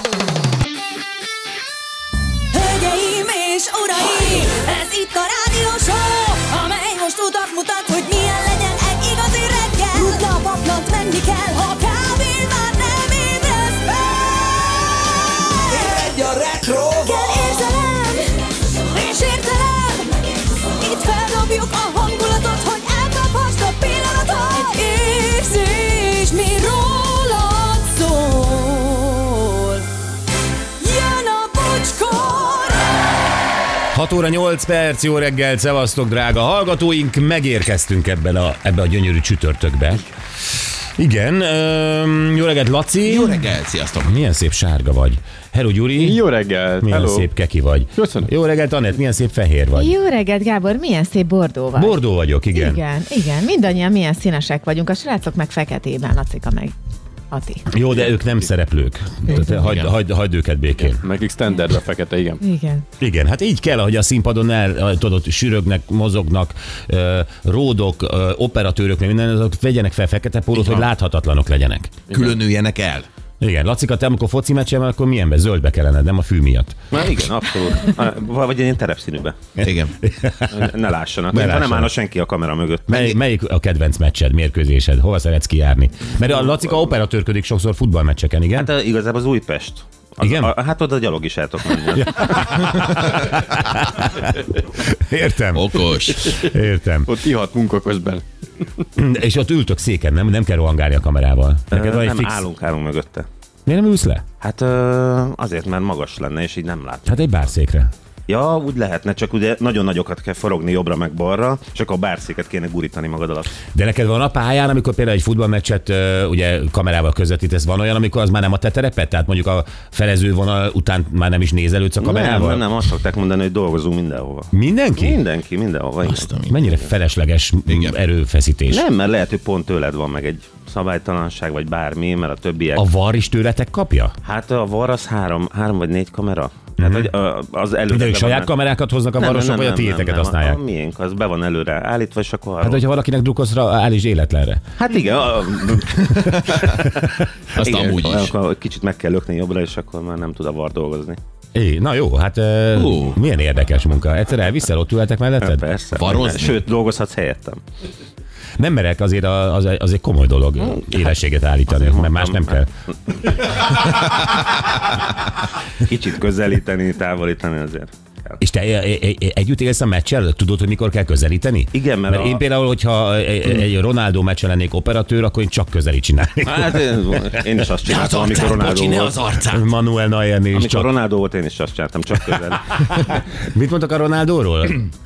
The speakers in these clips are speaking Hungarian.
Hölgyeim és uraim, ez itt a rádió show, amely most utat mutat, hogy milyen legyen egy igazi reggel. Rutna a paplant, menni kell, ha kávén már nem ébresz fel. Egy a retro. Kell érzelem és értelem, itt feldobjuk a hangulatot, hogy elkaphast a pillanatot. Egy érzés, mi rólad szól. Jön a bocskor! 6 óra 8 perc, jó reggelt, szevasztok, drága hallgatóink, megérkeztünk ebbe a gyönyörű csütörtökbe. Igen, jó reggelt, Laci. Jó reggelt, sziasztok. Milyen szép sárga vagy. Hello, Gyuri. Jó reggelt. Milyen hello. szép keki vagy. Köszönöm. Jó reggelt, Anett, milyen szép fehér vagy. Jó reggelt, Gábor, milyen szép bordó vagy. Bordó vagyok, igen. Igen, mindannyian milyen színesek vagyunk, a srácok meg feketében, Lacika meg Ati. Jó, de ők nem szereplők. Hagyd őket békén. Nekik standardra fekete, igen. Igen, hát így kell, hogy a színpadon tudod, sürögnek, mozognak, ródok, operatőrök, minden, azok vegyenek fel fekete pólót, hogy láthatatlanok legyenek. Különüljenek el. Igen, Lacika, te amikor foci meccsen van, akkor milyenbe? Zöldbe kellene, nem a fű miatt. Na igen, abszolút. Vagy ilyen terepszínűbe. Igen. Ne lássanak. Ne Nem lássanak. állna senki a kamera mögött. Melyik a kedvenc meccsed, mérkőzésed? Hova szeretsz kijárni? Mert a Lacika operatőrködik sokszor futballmeccseken, igen? Hát igazából az Újpest. Igen? Hát oda gyalog is el tudok menni. Értem. Okos. Értem. Ott ihat munka közben. És ott ültök széken, nem kell rohangálni a kamerával. Neked van egy Nem, fix... állunk mögötte. Miért nem ülsz le? Hát azért, mert magas lenne, és így nem lát. Hát egy bárszékre. Ja, úgy lehetne, csak ugye nagyon nagyokat kell forogni jobbra meg balra, és akkor a bárszéket kéne gurítani magad alatt. De neked van a pályán, amikor például egy futballmeccset ugye kamerával közvetítesz, van olyan, amikor az már nem a te tereped? Tehát mondjuk a felező vonal után már nem is nézelődsz a kamerával? Nem, azt szokták mondani, hogy dolgozunk mindenhova. Mindenki? Mindenki, mindenhova. Igen. Mennyire felesleges erőfeszítés. Nem, mert lehet, hogy pont tőled van meg egy szabálytalanság, vagy bármi, mert a többiek... A VAR is tőletek kapja? Hát a VAR az három vagy 4 kamera. Tehát, hogy az előre... De ők saját kamerákat hoznak a varosok, vagy a tiéteket használják? A miénk, az be van előre állítva, és akkor... Hát, hogyha valakinek drukkolsz, állíts életlenre. Hát igen. Azt igen, amúgy is. akkor kicsit meg kell lökni jobbra, és akkor már nem tud a VAR dolgozni. Na jó, hát milyen érdekes munka. Egyszer elviszel, ott ülhetek melletted? Persze. Varozni? Sőt, dolgozhatsz helyettem. Nem merek, azért az egy komoly dolog élességet állítani, mert más nem kell. Kicsit közelíteni, távolítani azért kell. És te együtt élsz a meccsel? Tudod, hogy mikor kell közelíteni? Igen, mert én például, hogyha egy Ronaldo meccsen lennék operatőr, akkor én csak közelít csinálnék. Hát én is azt csináltam, amikor Ronaldo volt. az arcát. Manuel Neuernél is Amikor csak. Ronaldo volt, én is azt csináltam, csak közel. Mit mondtak a Ronaldóról?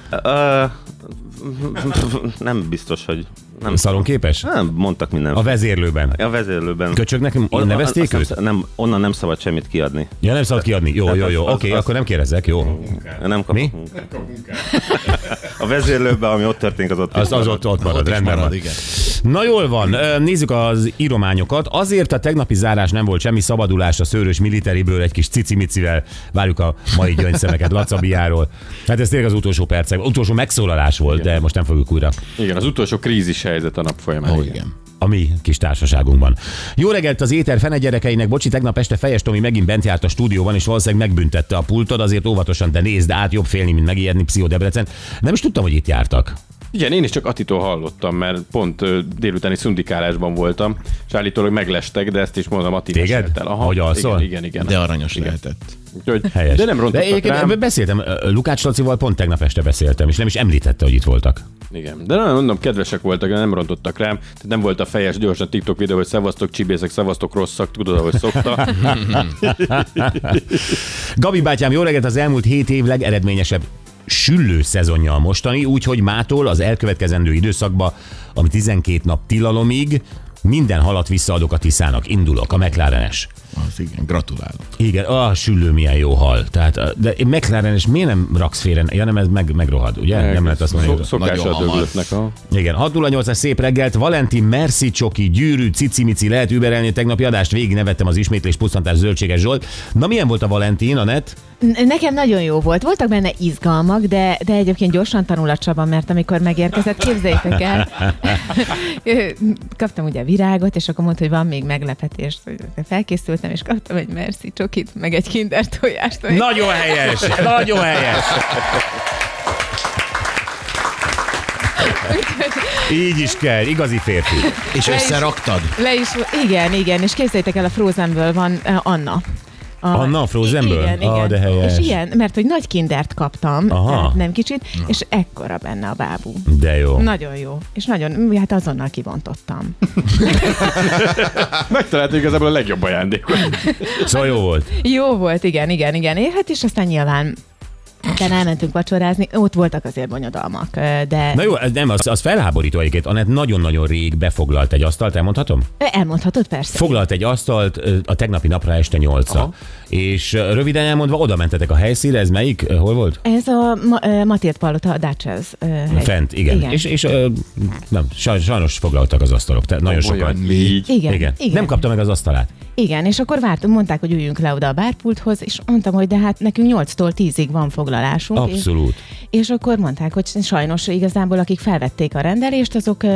Nem biztos, hogy... Szalonképes? Nem, mondtak minden. A vezérlőben. A vezérlőben. Köcsögnek nevezték őt? Onnan nem szabad semmit kiadni. Ja, nem szabad kiadni. Jó. Oké, akkor nem kérdezek, jó. Nem kapok Mi? munkát. A vezérlőben, ami ott történik, az ott Az ott marad, rendben van. Igen. Na jól van, nézzük az írományokat. Azért a tegnapi zárás nem volt semmi szabadulás a Szőrös Militeriből, egy kis cicimicivel várjuk a mai gyöngyszemeket Lacabiáról. Hát ez tényleg az utolsó percek, utolsó megszólalás volt, de most nem fogjuk újra. Igen, az utolsó krízis helyzet a nap folyamán. Igen. A mi kis társaságunkban. Jó reggelt az éter fene gyerekeinek, bocsi, tegnap este Fejes Tomi megint bent járt a stúdióban, és valószínűleg megbüntette a pultod, azért óvatosan, de nézd át, jobb félni, mint megijedni, Pszicho Debrecen. Nem is tudtam, hogy itt jártak. Igen, én is csak Attitól hallottam, mert pont délutáni szundikálásban voltam, és állítólag meglestek, de ezt is mondom, Atti Téged? mesélt el. Aha, Hogy alszol? Igen. De aranyos lehetett. Úgyhogy, Helyes. de nem rontottak rám. Beszéltem, Lukács Lacival pont tegnap este beszéltem, és nem is említette, hogy itt voltak. Igen. De nem mondom, kedvesek voltak, nem rontottak rám. Tehát nem volt a fejes gyorsan TikTok videó, hogy szevasztok csibészek, szevasztok rosszak, tudod, ahogy szokta. Gabi bátyám, jó reggelt, az elmúlt 7 év legeredményesebb süllő szezonja a mostani, úgyhogy mától az elkövetkezendő időszakba, ami 12 nap tilalomig, minden halat visszaadok a Tiszának. Indulok, a McLarenes. Az igen, gratulálok. Igen, a süllő milyen jó hal. Tehát, de McLarenes miért nem raksz félre? Ja, nem, ez megrohad, ugye? Nem lehet azt mondani. Szokása Nagyon a hamar. döglöttnek. Igen, 608-as szép reggelt, Valentin, merci, csoki, gyűrű, cicimici, lehet überelni a tegnapi adást, végig nevettem az ismétlés, pusztantás, Zöldséges Zsolt. Na milyen volt a Valentin, Anett? Nekem nagyon jó volt. Voltak benne izgalmak, de egyébként gyorsan tanul a Csaba, mert amikor megérkezett, képzeljétek el, kaptam ugye virágot, és akkor mondta, hogy van még meglepetés. Felkészültem, emlékszem, és kaptam egy merci csokit, meg egy kinder tojást. Nagyon helyes, nagyon helyes. Így is kell, igazi férfi. És összeraktad? Igen, és képzeljétek el, a Frozenből van Anna. Anna a Frozenből? Igen. De helyes. És ilyen, mert hogy nagy kindert kaptam, tehát nem kicsit, és ekkora benne a bábú. De jó. Nagyon jó. És nagyon, hát azonnal kibontottam. Megtaláltuk igazából a legjobb ajándékot. Szóval jó volt. Jó volt, igen. Hát és aztán nyilván utána elmentünk vacsorázni, ott voltak azért bonyodalmak, de... Na jó, ez nem, az felháborító egyébként. Anett nagyon-nagyon rég befoglalt egy asztalt, elmondhatom? Elmondhatod, persze. Foglalt egy asztalt a tegnapi napra este 8-a. És röviden elmondva, oda mentetek a helyszínre, ez melyik? Hol volt? Ez a Matild Palota, a Duchess hely. Fent, igen. És nem, sajnos foglaltak az asztalok. Tehát nagyon sokan. Igen. Nem kapta meg az asztalát. Igen, és akkor vártunk, mondták, hogy üljünk le oda a bárpulthoz, és mondtam, hogy de hát nekünk 8-tól 10-ig van foglalásunk. Abszolút. És akkor mondták, hogy sajnos igazából akik felvették a rendelést,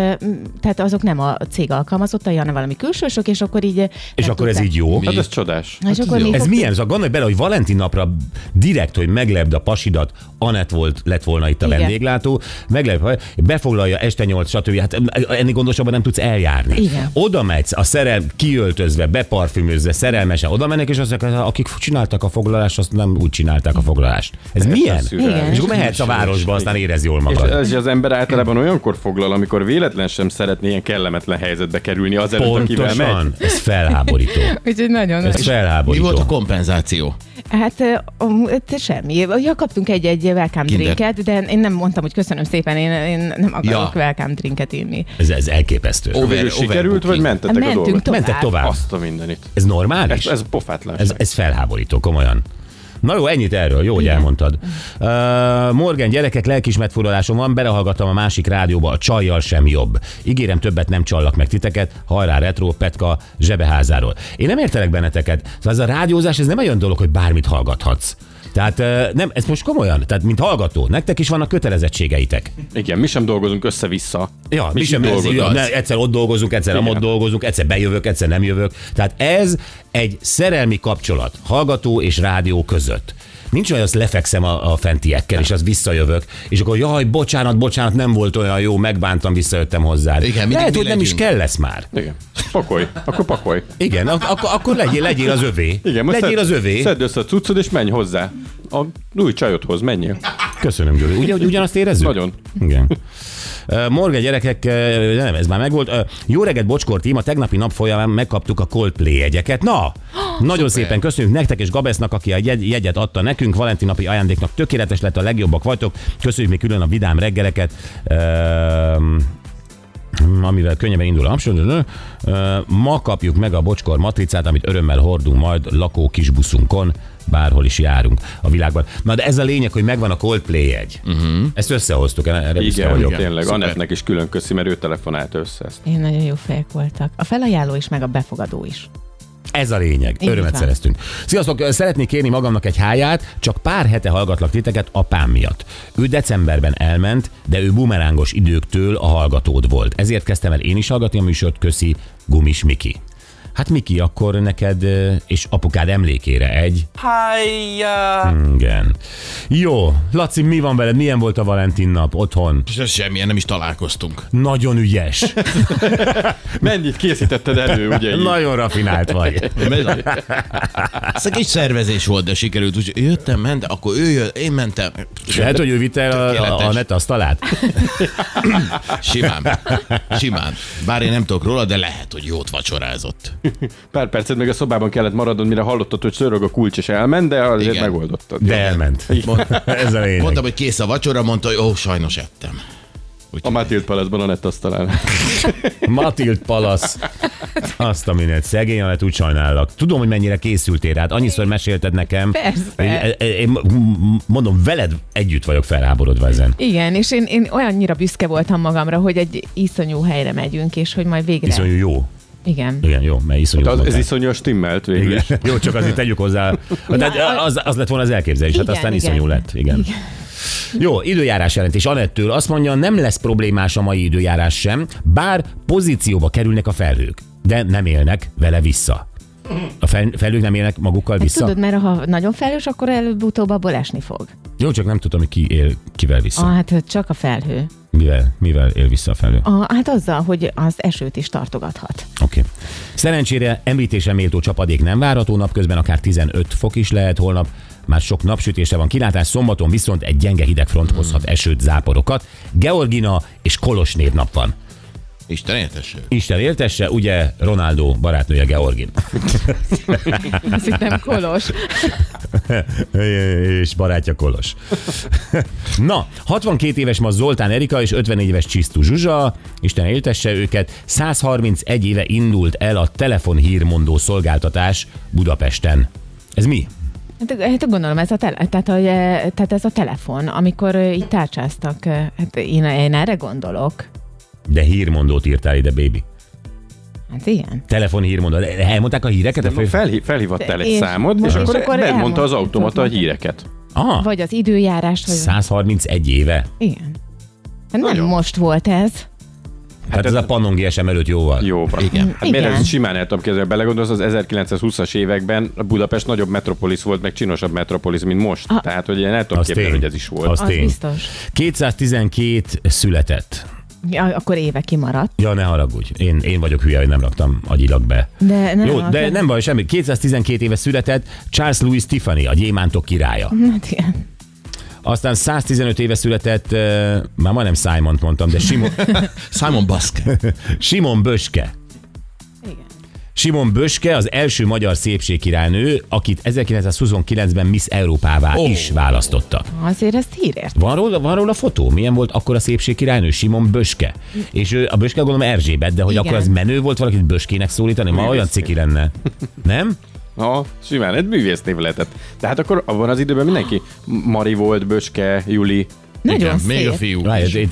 azok nem a cég alkalmazottai, hanem valami külsősök, és akkor így... És akkor ez így jó? Hát ez csodás. És akkor Ez milyen? Szóval gondolj bele, hogy Valentin napra direkt, hogy meglepd a pasidat, Anett lett volna itt a vendéglátó, befoglalja este 8, stb. Hát ennél gondosabban nem tudsz eljárni. Igen. Oda megy, kiöltözve, beparfümözve, szerelmesen, oda mennek, és azt mondják, akik csináltak a foglalást, azt nem úgy csinálták a foglalást. Ez milyen? Igen. És akkor mehetsz a városba, aztán érez jól magad. És ez az ember általában olyankor foglal, amikor véletlen sem szeretné ilyen kellemetlen helyzetbe kerülni azelőtt, akivel megy. Pontosan, ez felháborító. Úgyhogy nagyon... Ez Mi felháborító. volt a kompenzáció? Hát semmi. Ja, kaptunk egy welcome drinket, de én nem mondtam, hogy köszönöm szépen, én nem akarok welcome drinket inni. Ez elképesztő. Sikerült, vagy mentetek a dolgot? Mentek tovább. Azt a mindenit. Ez normális? Ez pofátlanság. Ez felháborító, komolyan. Na jó, ennyit erről, jó, hogy elmondtad. Morgan, gyerekek, lelkiismert furalásom van, belehallgattam a másik rádióba, a csajjal sem jobb. Ígérem, többet nem csallak meg titeket, hajrá retro, Petka zsebeházáról. Én nem értelek benneteket. Szóval ez a rádiózás, ez nem olyan dolog, hogy bármit hallgathatsz. Tehát nem, ez most komolyan, tehát mint hallgató, nektek is vannak kötelezettségeitek. Igen, mi sem dolgozunk össze-vissza. Ja, mi sem dolgozunk. Egyszer ott dolgozunk, egyszer amott dolgozunk, egyszer bejövök, egyszer nem jövök. Tehát ez egy szerelmi kapcsolat hallgató és rádió között. Nincs olyan, hogy azt lefekszem a fentiekkel, és az visszajövök, és akkor jaj, bocsánat, nem volt olyan jó, megbántam, visszajöttem hozzád. Igen, lehet, hogy nem is kell lesz már. Igen. Pakolj, akkor pakolj. Igen, akkor legyél az övé. Igen, legyél az övé. Szedd össze a cuccod, és menj hozzá. A új csajodhoz menjél. Köszönöm, Gyuri. Ugyanazt érezzük? Nagyon. Igen. Morgan, gyerekek, nem, ez már megvolt. Jó reggelt, Bocskor tím, a tegnapi nap folyamán megkaptuk a Coldplay jegyeket. Na, nagyon szépen köszönjük nektek és Gabesznak, aki a jegyet adta nekünk. Valentin napi ajándéknak tökéletes lett, a legjobbak vagytok. Köszönjük még külön a vidám reggeleket. Amivel könnyebben indul a hangsúly. Ma kapjuk meg a Bocskor matricát, amit örömmel hordunk majd lakó kisbuszunkon, bárhol is járunk a világban. Na de ez a lényeg, hogy megvan a Coldplay jegy. Ezt összehoztuk, erre büszke vagyok. Tényleg. Anettnek is külön köszi, mert ő telefonált össze ezt. Én nagyon jó fejek voltak. A felajánló is, meg a befogadó is. Ez a lényeg. Örömet szereztünk. Sziasztok, szeretnék kérni magamnak egy háját, csak pár hete hallgatlak titeket apám miatt. Ő decemberben elment, de ő bumerángos időktől a hallgatód volt. Ezért kezdtem el én is hallgatni a műsort, köszi, Gumis Miki. Hát Miki, akkor neked és apukád emlékére egy... Hájjá! Igen. Jó, Laci, mi van veled? Milyen volt a Valentin nap otthon? Semmilyen, nem is találkoztunk. Nagyon ügyes. Mennyit készítetted elő, ugye? Nagyon rafinált vagy. Ez egy kis szervezés volt, de sikerült. Úgyhogy jöttem, mentem, akkor ő jött, én mentem. Lehet, hogy ő vitte el a net asztalát? Simán. Bár én nem tudok róla, de lehet, hogy jót vacsorázott. Pár percet még a szobában kellett maradnod, mire hallottad, hogy szörög a kulcs, és elment, de azért igen, megoldottad. De elment. Ez a lényeg. Mondtam, hogy kész a vacsora, mondta, hogy sajnos ettem. A Matild Palace-ban a net asztalán. Matild Palace. Azt a minet. Szegény Anett, úgy sajnállak. Tudom, hogy mennyire készültél rá. Annyiszor mesélted nekem. Persze. Én mondom, veled együtt vagyok felháborodva ezen. Igen, és én olyannyira büszke voltam magamra, hogy egy iszonyú helyre megyünk, és hogy majd végre... Iszonyú jó. Igen. Igen, jó, mert iszonyú. Ez iszonyú stimmelt végül is. Jó, csak azért tegyük hozzá. Az lett volna az elképzelés, hát aztán iszonyú lett. Igen. Jó, időjárás jelentés Anettől azt mondja, nem lesz problémás a mai időjárás sem, bár pozícióba kerülnek a felhők, de nem élnek vele vissza. A felhők nem élnek magukkal Hát vissza? tudod, mert ha nagyon felhős, akkor előbb-utóbb abból esni fog. Jó, csak nem tudom, hogy ki él kivel vissza. Hát csak a felhő. Mivel él vissza a felhő? Hát azzal, hogy az esőt is tartogathat. Oké. Szerencsére említésre méltó csapadék nem várható, napközben akár 15 fok is lehet holnap. Már sok napsütésre van kilátás, szombaton viszont egy gyenge hidegfront hozhat esőt, záporokat. Georgina és Kolos névnap van. Isten értesse. Isten éltesse, ugye Ronaldo barátnője Georgina. Azt hittem Kolos. És barátja Kolos. Na, 62 éves ma Zoltán Erika és 54 éves Csisztu Zsuzsa, Isten éltesse őket, 131 éve indult el a telefonhírmondó szolgáltatás Budapesten. Ez mi? Hát gondolom, tehát ez a telefon, amikor így tárcsáztak, hát én erre gondolok. De hírmondót írtál ide, baby. Hát igen. Telefonhírmondó. Elmondták a híreket? Felhívattál egy És számot, és most- és akkor akkor bemondta az elmondta, automata a hogy híreket. Aha, Vagy az időjárás, vagy... 131 éve. Igen. Hát nem most volt ez. Hát ez a Pannon GSM előtt jóval. Jó, Igen. Hát miért Igen. ez simán el tudom képzelni, belegondolsz, az 1920-as években a Budapest nagyobb metropolis volt, meg csinosabb metropolis, mint most. Tehát, hogy én el tudom Az képzelni, tény. hogy ez is volt. Az Az tény. biztos. 212 született. Ja, akkor éve kimaradt. Ja, ne haragudj. Én vagyok hülye, hogy nem raktam agyilag be. De nem, Jó, de nem baj, semmi. 212 éve született Charles Louis Tiffany, a gyémántok királya. Hát igen. Aztán 115 éve született, már majdnem Simont mondtam, de Simon Baske. Simon Böske. Igen. Simon Böske az első magyar szépségkirálynő, akit 1929-ben Miss Európává is választottak. Azért ezt hírért. Van róla fotó? Milyen volt akkor a szépségkirálynő? Simon Böske. És ő, a Böske gondolom Erzsébet, de hogy Igen. akkor az menő volt valakit Böskének szólítani? Ma olyan ciki lenne. Nem? Simán, egy művésznév lehetett. Tehát akkor abban az időben mindenki Mari volt, Böske, Juli. Nagyon Igen, szép. még a fiú. Várj,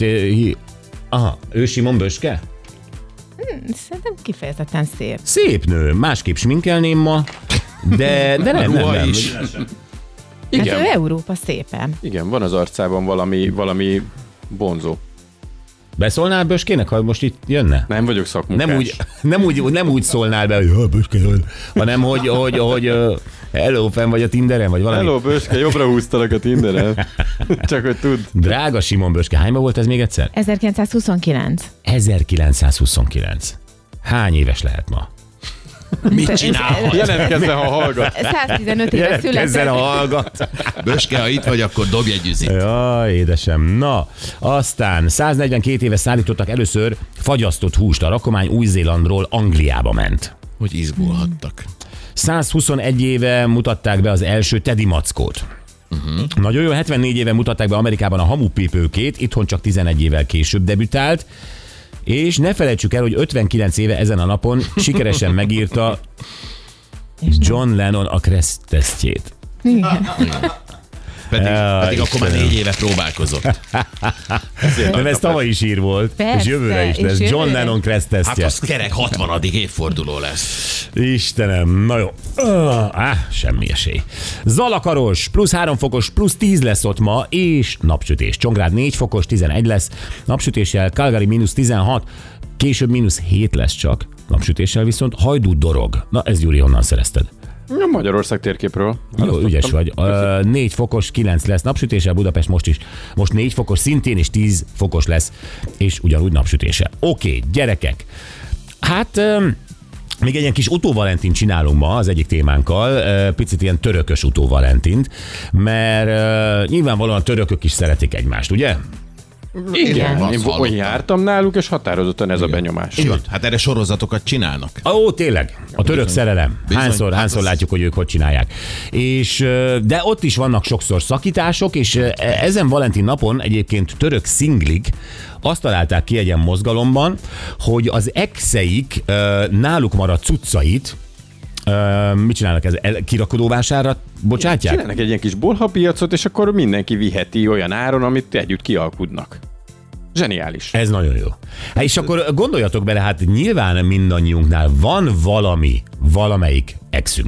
aha, ő Simon Böske? Szerintem kifejezetten szép. Szép nő, másképp sminkelném ma, de nem. Ruha is. Igen, Hát ő Európa szépen. igen, van az arcában valami bonzó. Beszólnál Böskének, ha most itt jönne? Nem vagyok szakmunkás. Nem úgy szólnál be, hogy Böske jön, hanem hogy hello, fenn vagy a Tinderen, vagy valami. Hello, Böske, jobbra húztalak a Tinderen. Csak hogy tudd. Drága Simon Böske, hányban volt ez még egyszer? 1929. 1929. Hány éves lehet ma? Mit csinál? Jelentkezzen, ha hallgat. 115 éve Jelentkezzen született. a hallgat. Böske, ha itt vagy, akkor dobj egy üzit. Jaj, édesem. Na, aztán 142 éve szállítottak először fagyasztott húst. A rakomány Új-Zélandról Angliába ment. Hogy izgulhattak. 121 éve mutatták be az első Teddy mackót. Nagyon jó, 74 éve mutatták be Amerikában a hamupipőkét, itthon csak 11 évvel később debütált, és ne felejtsük el, hogy 59 éve ezen a napon sikeresen megírta John Lennon a Kressz-tesztjét. Igen. Pedig akkor már 4 éve próbálkozott. Nem, ez tavalyi is ír volt, és Persze, jövőre is és lesz. John jövőre. Lennon Hát Kressz-tesztje. az kerek 60. évforduló lesz. Istenem, na jó. Semmi esély. Zalakaros, plusz 3 fokos, plusz 10 lesz ott ma, és napsütés. Csongrád 4 fokos, 11 lesz. Napsütéssel Calgary mínusz 16, később mínusz 7 lesz csak. Napsütéssel viszont Hajdú Dorog. Na, ez Gyuri, honnan szerezted? A Magyarország térképről. Jó, ügyes vagy. 4 fokos, 9 lesz napsütéssel, Budapest most is. Most 4 fokos szintén, és 10 fokos lesz, és ugyanúgy napsütéssel. Oké, gyerekek. Hát... még egy ilyen kis utóvalentint csinálunk ma az egyik témánkkal, picit ilyen törökös utóvalentint, mert nyilvánvalóan a törökök is szeretik egymást, ugye? Igen. Azt Én hallottam. jártam náluk, és határozottan ez a benyomás. Így van. Hát erre sorozatokat csinálnak. Ó, tényleg, a török szerelem. Bizony. Hányszor Hát az- látjuk, hogy ők hogy csinálják. És, de ott is vannak sokszor szakítások, és ezen Valentin napon egyébként török szinglik azt találták ki egy ilyen mozgalomban, hogy az exeik náluk maradt cuccait, mit csinálnak ez? Kirakodóvásárra bocsátják? Csinálnak egy ilyen kis bolhapiacot, és akkor mindenki viheti olyan áron, amit együtt kialkudnak. Zseniális. Ez nagyon jó. Hát és akkor gondoljatok bele, hát nyilván mindannyiunknál van valamelyik exünktől.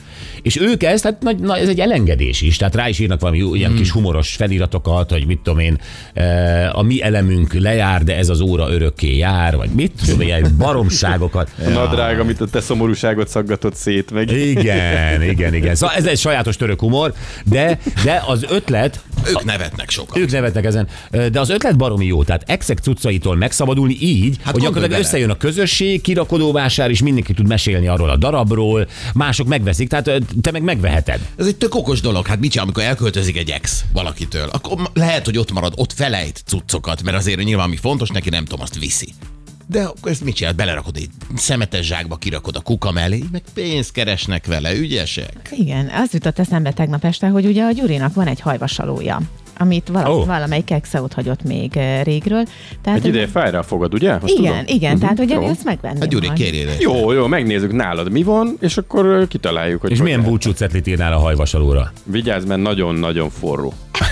És ők ezt, hát ez egy elengedés is, tehát rá is írnak valami ilyen kis humoros feliratokat, hogy mit tudom én, a mi elemünk lejár, de ez az óra örökké jár, vagy mit tudom, ilyen baromságokat. A nadrág, amit a te szomorúságot szaggatott szét meg. Igen. Szóval ez egy sajátos török humor, de az ötlet... Ők nevetnek sokat. Ők nevetnek ezen, de az ötlet baromi jó, tehát exek cuccaitól megszabadulni így, hogy gyakorlatilag összejön a közösség, kirakodóvásár, és mindenki tud mesélni arról a darabról, mások megveszik, tehát te meg megveheted. Ez egy tök okos dolog, hát mit csinál, amikor elköltözik egy ex valakitől, akkor lehet, hogy ott marad, ott felejt cuccokat, mert azért nyilván ami fontos neki, nem tudom, azt viszi. De akkor ezt mit csinál? Belerakod egy szemetes zsákba, kirakod a kuka mellé, meg pénzt keresnek vele, ügyesek. Igen, az jutott eszembe tegnap este, hogy ugye a Gyurinak van egy hajvasalója, amit valamelyik exe ott hagyott még régről. Tehát, egy ideje fájra fogad, ugye? Azt igen, tehát hogy ezt megvenném. Hát Gyuri, kérjél. Jó, megnézzük nálad mi van, és akkor kitaláljuk, hogy... És milyen búcsú cetlit írnál a hajvasalóra? Vigyázz, mert nagyon-nagyon forró.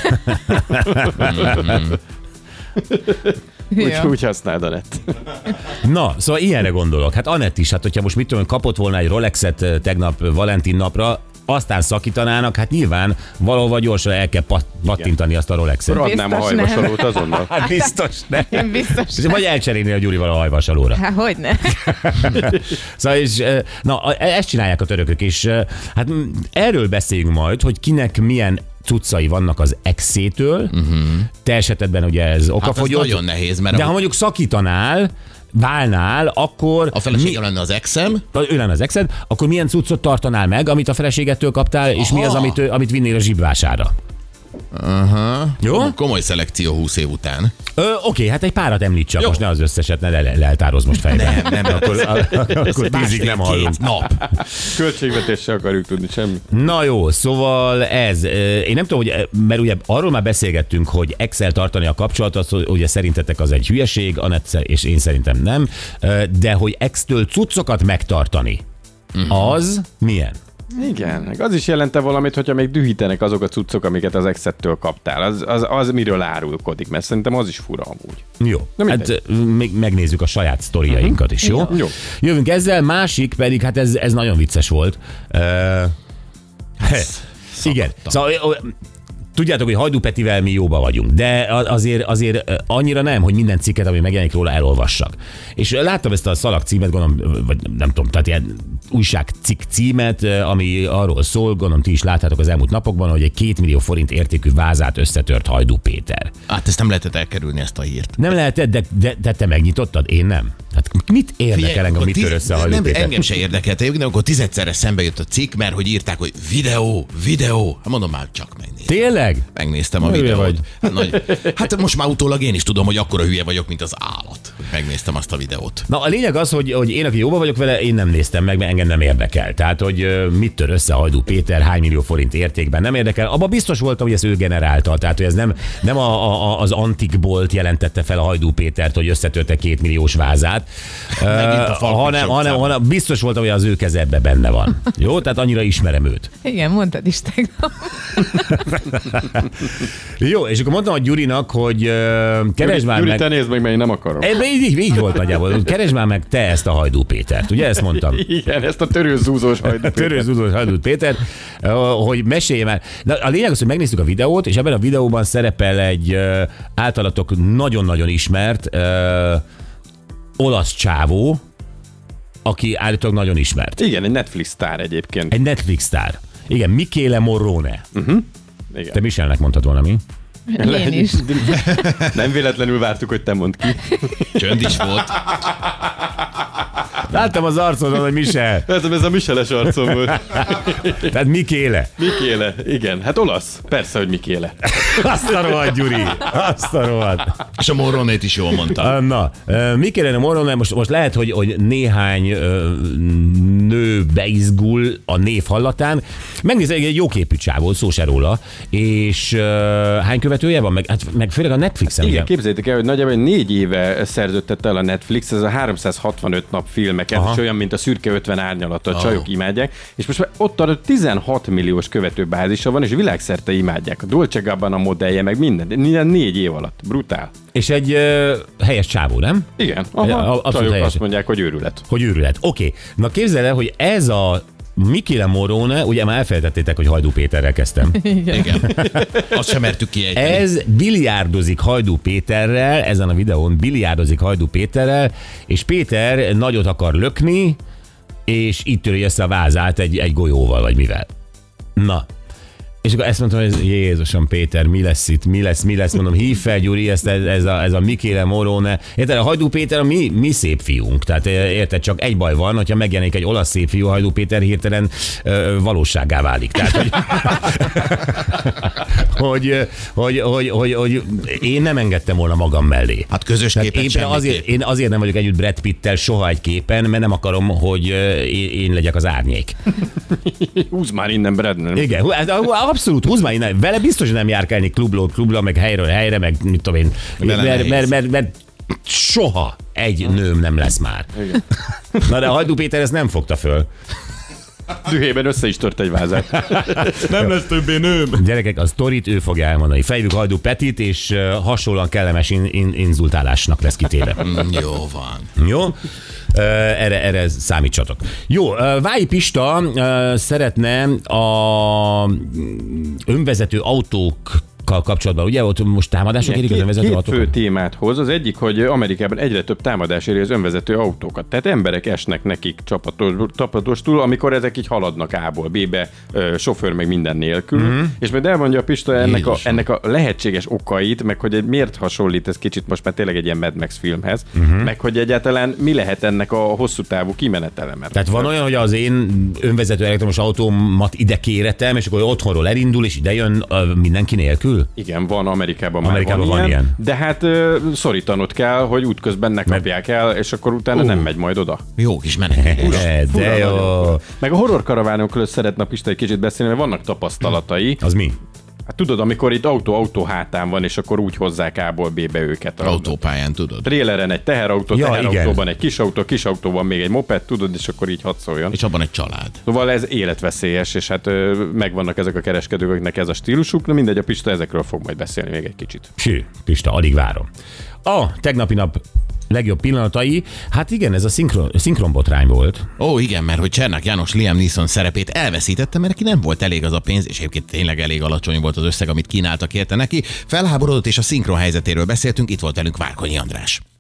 Úgy használd a net. Na, szóval ilyenre gondolok. Hát Anett is, hát hogyha most mit tudom, kapott volna egy Rolexet tegnap Valentin napra, aztán szakítanának, hát nyilván valahol gyorsan el kell pattintani azt a Rolexet. Adnám a hajvasalót azonnal. Hát biztos nem. Biztos. Vagy elcserélni a Gyurival a hajvasalóra. Hát hogyne. Szóval és, ezt csinálják a törökök, és hát erről beszéljünk majd, hogy kinek milyen cuccai vannak az exétől. Te esetedben ugye ez okafogyott. Hát ez nagyon nehéz, mert... De ha mondjuk szakítanál, válnál, akkor... A feleségem lenne az exem. Ő lenne az exed, akkor milyen cuccot tartanál meg, amit a feleségettől kaptál, és mi az, amit vinnél a zsibvására? Jó? Komoly szelekció 20 év után. Oké, hát egy párat említs csak, most ne az összeset, ne leltároz most fejben. Nem, akkor 10-ig nem hallunk. Nap. Költségvetéssel akarjuk tudni, semmi. Na jó, szóval ez. Én nem tudom, hogy, mert ugye arról már beszélgettünk, hogy Excel tartani a kapcsolatot, ugye szerintetek az egy hülyeség, Anett és én szerintem nem, de hogy Ex-től cuccokat megtartani, az milyen? Igen, meg az is jelente valamit, hogyha még dühítenek azok a cuccok, amiket az exettől kaptál. Az miről árulkodik, mert szerintem az is fura amúgy. Jó, hát még megnézzük a saját sztoriainkat is, jó? Jó. Jövünk ezzel, másik pedig, hát ez nagyon vicces volt. Igen, szóval tudjátok, hogy Hajdú Petivel mi jóba vagyunk, de azért annyira nem, hogy minden cikket, ami megjelenik róla, elolvassak. És láttam ezt a szalag címet, gondolom, vagy nem tudom, tehát ilyen újságcikk címet, ami arról szól, gondolom ti is láttátok az elmúlt napokban, hogy egy 2 millió forint értékű vázát összetört Hajdú Péter. Hát ezt nem lehetett elkerülni, ezt a hírt. Nem lehetett, de te megnyitottad, én nem. Hát mit érdekel engem, mit tör össze a Hajdú Péter? Engem se érdekelt, de akkor 10-szerre szembe jött a cikk, mert hogy írták, hogy videó. Hát mondom, már csak megnéztem. Tényleg? Megnéztem a videót. Hát most már utólag én is tudom, hogy akkora hülye vagyok, mint az állat. Megnéztem azt a videót. Na a lényeg az, hogy én, aki jóba vagyok vele, én nem néztem meg, mert engem nem érdekel. Tehát, hogy mit tör össze Hajdú Péter, hány millió forint értékben, nem érdekel. Abban biztos voltam, hogy ezt ő generálta. Tehát, hogy ez nem az antikbolt jelentette fel a Hajdú Pétert, hogy összetörte 2 milliós vázát, hanem biztos voltam, hogy az ő keze ebbe benne van. Jó? Tehát annyira ismerem őt. Igen, mondtad is tegnap. Jó, és akkor mondtam a Gyurinak, hogy keresd már Gyuri, meg... te nézd meg, mert én nem akarom. Így volt nagyjából. Keresd már meg te ezt a Hajdú Pétert. Ugye ezt mondtam? Igen, ezt a törőzúzós Hajdú Pétert. Törőzúzós Hajdú Pétert, hogy mesélj már. De a lényeg az, hogy megnéztük a videót, és ebben a videóban szerepel egy általatok nagyon-nagyon ismert olasz csávó, aki állítólag nagyon ismert. Igen, egy Netflix sztár egyébként. Egy Netflix sztár. Igen, Michele Morrone. Igen. Te Michelnek mondtad volna, mi? Én is. Nem véletlenül vártuk, hogy te mondd ki. Csönd is volt. Láttam az arcodon, hogy Michel. Láttam, ez a Micheles arcom volt. Tehát Michele. Michele, igen. Hát olasz. Persze, hogy Michele. Azt a rohadt, Gyuri. Azt a rohadt. És a Morronét is jól mondta. Na, Michele Morrone, most lehet, hogy néhány nő beizgul a név hallatán. Megnézze, egy jóképű csávó, szó se róla. És hány követője van? Meg főleg a Netflixen. Igen, képzeljétek el, hogy nagyjából 4 éve szerződtette el a Netflix, ez a 365 nap filmeket, és olyan, mint a Szürke 50 árnyalata, a csajok imádják, és most már ott arra 16 milliós követőbázisa van, és világszerte imádják. A Dolce Gabbana modellje, meg minden 4 év alatt. Brutál. És egy helyes csávó, nem? Igen. Aha, csajok azt mondják, hogy őrület. Hogy őrület. Oké. Na képzeld el, hogy ez a Michele Morone, ugye már elfelejtettétek, hogy Hajdú Péterrel kezdtem. Igen. Azt sem mertük kiejteni. Ez biliárdozik Hajdú Péterrel, ezen a videón biliárdozik Hajdú Péterrel, és Péter nagyot akar lökni, és itt töri össze a vázát egy golyóval, vagy mivel. Na. És akkor ezt mondtam, hogy Jézusom Péter, mi lesz itt, mi lesz, mondom, hív fel Gyuri, ez a Michele Morone. Érted, a Hajdú Péter a mi szép fiunk, tehát érted, csak egy baj van, hogyha megjelenik egy olasz szép fiú, Hajdú Péter hirtelen valósággá válik. Tehát, hogy én nem engedtem volna magam mellé. Hát közös képet semmiképp. Én azért nem vagyok együtt Brad Pittel soha egy képen, mert nem akarom, hogy én legyek az árnyék. Húzz már innen, Brad. Igen, abszolút, húzz már innen. Vele biztos, hogy nem járkálni klubról klubra, meg helyről helyre, meg mit tudom én. Mert soha egy nőm nem lesz már. Igen. Na de a Hajdú Péter ezt nem fogta föl. Dühében össze is tört egy vázát. Nem lesz többé nőm. Gyerekek, a sztorit ő fogja elmondani. Fejvük Hajdú Petit, és hasonlóan kellemes inzultálásnak lesz kitéve. Jó van. Jó? Erre számítsatok. Jó, Vályi Pista szeretne a önvezető autók kapcsolatban, ugye ott most támadások érik az önvezető autókat? Két fő témát hoz. Az egyik, hogy Amerikában egyre több támadás éri az önvezető autókat. Tehát emberek esnek nekik csapatostul, amikor ezek így haladnak A-ból B-be, sofőr meg minden nélkül. És majd elmondja a Pista ennek a lehetséges okait, meg hogy miért hasonlít ez kicsit most már tényleg egy ilyen Mad Max filmhez, meg hogy egyáltalán mi lehet ennek a hosszú távú kimenetele. Tehát van olyan, hogy az én önvezető elektromos autómat ide kéretem, és akkor otthonról elindul, és ide jön mindenki nélkül? Igen, van Amerikában már van ilyen. De hát szorítanod kell, hogy útközben ne kapják el, és akkor utána nem megy majd oda. Jó kis menet. De jó. Meg a horror karavánokról szeretne a Pista egy kicsit beszélni, mert vannak tapasztalatai. Az mi? Hát tudod, amikor itt autó hátán van, és akkor úgy hozzák A-ból B-be őket. Autópályán, tudod. Tréleren egy teherautó, teherautóban egy kis autóban még egy moped, tudod, és akkor így hadd szóljon. És abban egy család. Szóval ez életveszélyes, és hát megvannak ezek a kereskedők, akiknek ez a stílusuk. Na mindegy, a Pista ezekről fog majd beszélni még egy kicsit. Pista, alig várom. A tegnapi nap legjobb pillanatai, hát igen, ez a szinkronbotrány volt. Ó, igen, mert hogy Csernák János Liam Neeson szerepét elveszítette, mert neki nem volt elég az a pénz, és egyébként tényleg elég alacsony volt az összeg, amit kínáltak érte neki. Felháborodott, és a szinkron helyzetéről beszéltünk, itt volt velünk Várkonyi András.